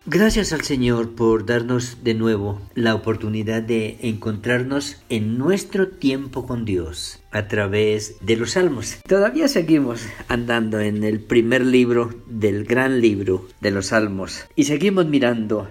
Gracias al Señor por darnos de nuevo la oportunidad de encontrarnos en nuestro tiempo con Dios a través de los Salmos. Todavía seguimos andando en el primer libro del gran libro de los Salmos y seguimos mirando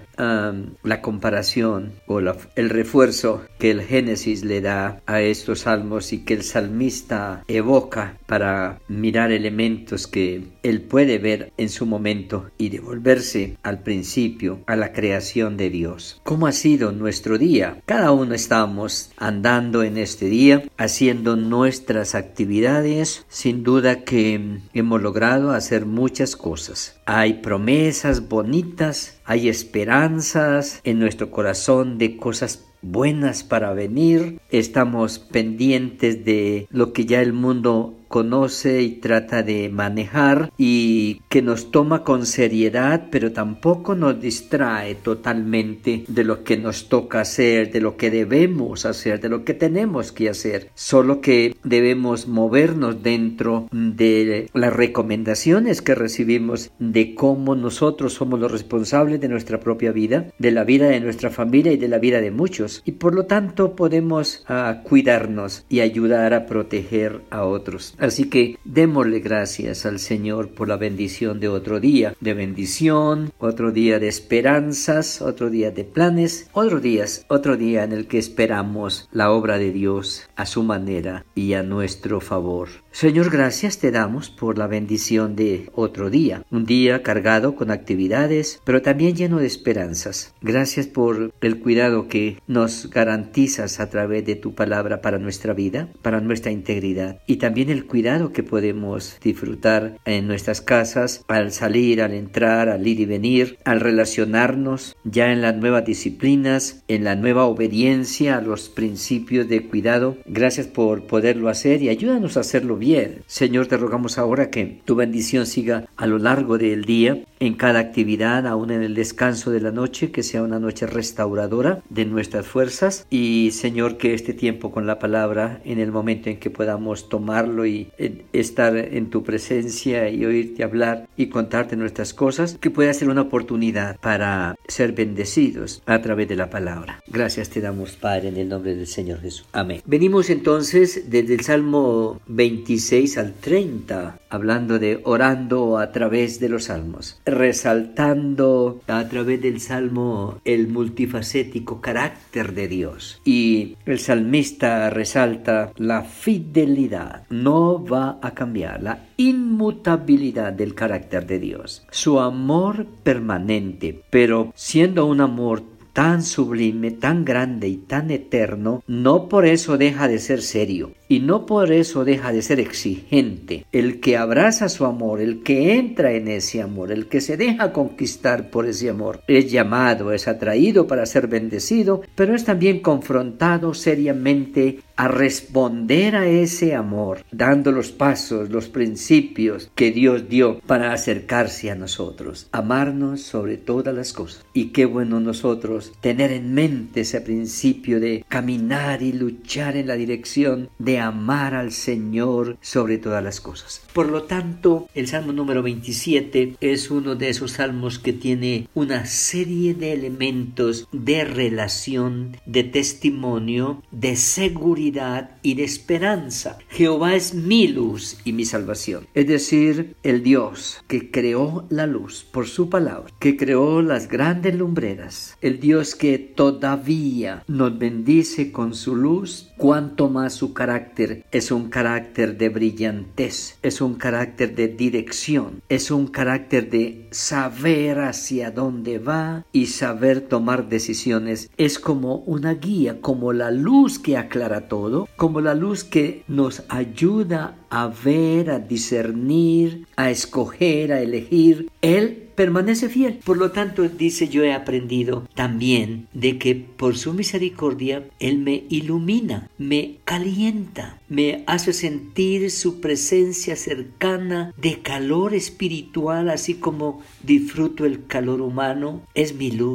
la comparación o el refuerzo que el Génesis le da a estos salmos y que el salmista evoca para mirar elementos que él puede ver en su momento y devolverse al principio, a la creación de Dios. ¿Cómo ha sido nuestro día? Cada uno estamos andando en este día, haciendo nuestras actividades. Sin duda que hemos logrado hacer muchas cosas. Hay promesas bonitas, hay esperanzas en nuestro corazón de cosas buenas para venir. Estamos pendientes de lo que ya el mundo conoce y trata de manejar y que nos toma con seriedad, pero tampoco nos distrae totalmente de lo que nos toca hacer, de lo que debemos hacer, de lo que tenemos que hacer. Solo que debemos movernos dentro de las recomendaciones que recibimos de cómo nosotros somos los responsables de nuestra propia vida, de la vida de nuestra familia y de la vida de muchos. Y por lo tanto podemos cuidarnos y ayudar a proteger a otros. Así que démosle gracias al Señor por la bendición de otro día de bendición, otro día de esperanzas, otro día de planes, otro día en el que esperamos la obra de Dios a su manera y a nuestro favor. Señor, gracias te damos por la bendición de otro día, un día cargado con actividades, pero también lleno de esperanzas. Gracias por el cuidado que nos garantizas a través de tu palabra para nuestra vida, para nuestra integridad, y también el cuidado que podemos disfrutar en nuestras casas al salir, al entrar, al ir y venir, al relacionarnos ya en las nuevas disciplinas, en la nueva obediencia a los principios de cuidado. Gracias por poderlo hacer y ayúdanos a hacerlo bien. Señor, te rogamos ahora que tu bendición siga a lo largo del día, en cada actividad, aún en el descanso de la noche, que sea una noche restauradora de nuestras fuerzas. Y Señor, que este tiempo con la palabra, en el momento en que podamos tomarlo y estar en tu presencia y oírte hablar y contarte nuestras cosas, que pueda ser una oportunidad para ser bendecidos a través de la palabra. Gracias te damos, Padre, en el nombre del Señor Jesús. Amén. Venimos entonces desde el Salmo 26 al 30, hablando de orando a través de los salmos, resaltando a través del salmo el multifacético carácter de Dios. Y el salmista resalta la fidelidad, no va a cambiar, la inmutabilidad del carácter de Dios, su amor permanente, pero siendo un amor tan sublime, tan grande y tan eterno, no por eso deja de ser serio y no por eso deja de ser exigente. El que abraza su amor, el que entra en ese amor, el que se deja conquistar por ese amor, es llamado, es atraído para ser bendecido, pero es también confrontado seriamente a responder a ese amor, dando los pasos, los principios que Dios dio para acercarse a nosotros, amarnos sobre todas las cosas. Y qué bueno nosotros tener en mente ese principio de caminar y luchar en la dirección de amar al Señor sobre todas las cosas. Por lo tanto, el Salmo número 27 es uno de esos salmos que tiene una serie de elementos de relación, de testimonio, de seguridad y de esperanza. Jehová es mi luz y mi salvación. Es decir, el Dios que creó la luz por su palabra, que creó las grandes lumbreras, el Dios que todavía nos bendice con su luz, cuanto más su carácter es un carácter de brillantez, es un carácter de dirección, es un carácter de saber hacia dónde va y saber tomar decisiones. Es como una guía, como la luz que aclara todo, como la luz que nos ayuda a ver, a discernir, a escoger, a elegir. Él permanece fiel. Por lo tanto, dice, yo he aprendido también de que por su misericordia Él me ilumina, me calienta, me hace sentir su presencia cercana de calor espiritual, así como disfruto el calor humano. Es mi luz,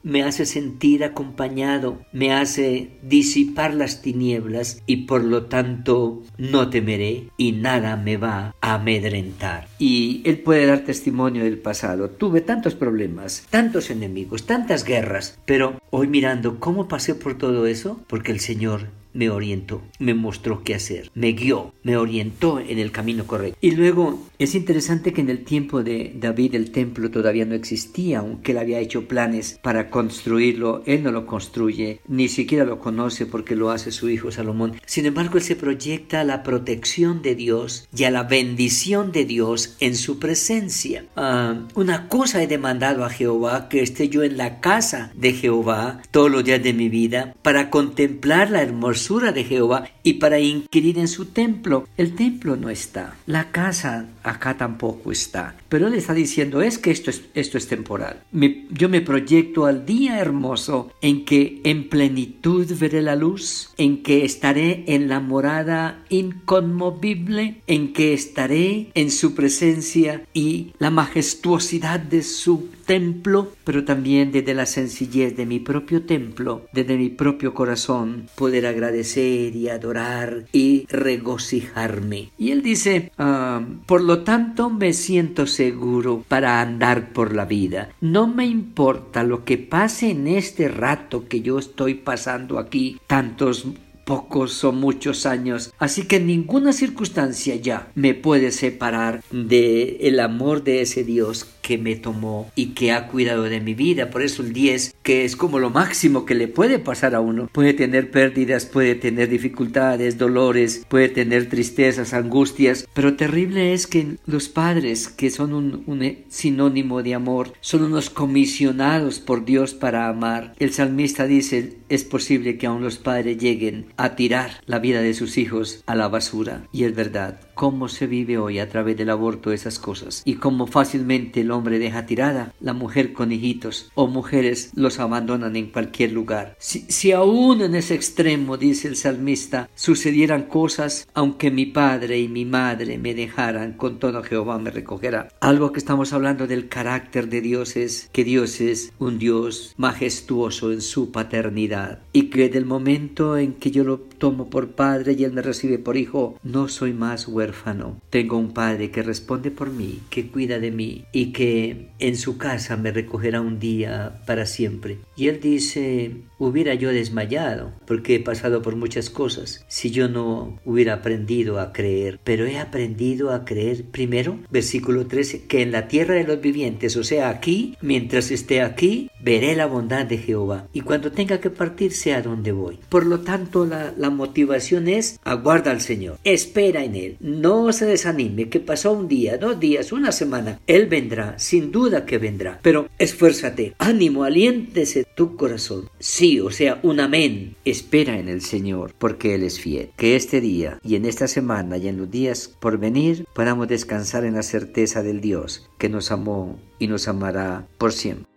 me hace sentir acompañado, me hace disipar las tinieblas y por lo tanto no temeré y nada me va a amedrentar. Y él puede dar testimonio del pasado. Tuve tantos problemas, tantos enemigos, tantas guerras, pero hoy mirando cómo pasé por todo eso, porque el Señor me orientó, me mostró qué hacer, me guió, me orientó en el camino correcto. Y luego es interesante que en el tiempo de David el templo todavía no existía, aunque él había hecho planes para construirlo. Él no lo construye, ni siquiera lo conoce porque lo hace su hijo Salomón. Sin embargo, él se proyecta a la protección de Dios y a la bendición de Dios en su presencia. Una cosa he demandado a Jehová, que esté yo en la casa de Jehová todos los días de mi vida, para contemplar la hermosura de Jehová y para inquirir en su templo. El templo no está, la casa acá tampoco está, pero él está diciendo es que esto es temporal. Yo me proyecto al día hermoso en que en plenitud veré la luz, en que estaré en la morada inconmovible, en que estaré en su presencia y la majestuosidad de su templo, pero también desde la sencillez de mi propio templo, desde mi propio corazón, poder agradecer y adorar y regocijarme. Y él dice, por lo tanto me siento seguro para andar por la vida. No me importa lo que pase en este rato que yo estoy pasando aquí, tantos pocos o muchos años, así que ninguna circunstancia ya me puede separar del amor de ese Dios que me tomó y que ha cuidado de mi vida. Por eso el 10, que es como lo máximo que le puede pasar a uno, puede tener pérdidas, puede tener dificultades, dolores, puede tener tristezas, angustias, pero terrible es que los padres, que son un sinónimo de amor, son unos comisionados por Dios para amar. El salmista dice, es posible que aún los padres lleguen a tirar la vida de sus hijos a la basura. Y es verdad, cómo se vive hoy a través del aborto esas cosas, y cómo fácilmente el hombre deja tirada la mujer con hijitos, o mujeres los abandonan en cualquier lugar. Si aún en ese extremo, dice el salmista, sucedieran cosas, aunque mi padre y mi madre me dejaran, con todo Jehová me recogerá. Algo que estamos hablando del carácter de Dios es que Dios es un Dios majestuoso en su paternidad, y que del momento en que yo lo tomo por padre y él me recibe por hijo, no soy más huérfano. Tengo un padre que responde por mí, que cuida de mí y que en su casa me recogerá un día para siempre. Y él dice, hubiera yo desmayado porque he pasado por muchas cosas si yo no hubiera aprendido a creer, pero he aprendido a creer primero, versículo 13, que en la tierra de los vivientes, o sea aquí, mientras esté aquí, veré la bondad de Jehová, y cuando tenga que partir sé a dónde voy. Por lo tanto, la motivación es, aguarda al Señor, espera en Él, no se desanime, que pasó un día, 2 días, una semana, Él vendrá, sin duda que vendrá, pero esfuérzate, ánimo, aliéntese tu corazón. Sí, o sea, un amén. Espera en el Señor, porque Él es fiel. Que este día y en esta semana y en los días por venir podamos descansar en la certeza del Dios que nos amó y nos amará por siempre.